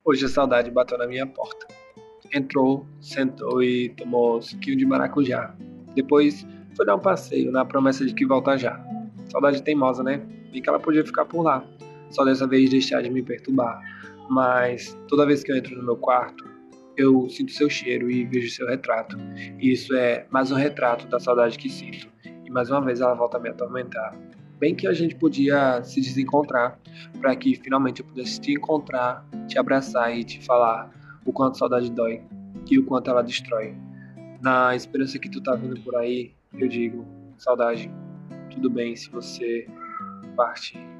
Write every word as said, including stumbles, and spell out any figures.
Hoje a saudade bateu na minha porta. Entrou, sentou e tomou suquinho de maracujá. Depois foi dar um passeio na promessa de que volta já. Saudade teimosa, né? E que ela podia ficar por lá. Só dessa vez deixar de me perturbar. Mas toda vez que eu entro no meu quarto, eu sinto seu cheiro e vejo seu retrato. E isso é mais um retrato da saudade que sinto. E mais uma vez ela volta a me atormentar. Bem que a gente podia se desencontrar para que finalmente eu pudesse te encontrar, te abraçar e te falar o quanto saudade dói e o quanto ela destrói. Na esperança que tu tá vindo por aí, eu digo, saudade, tudo bem se você partir.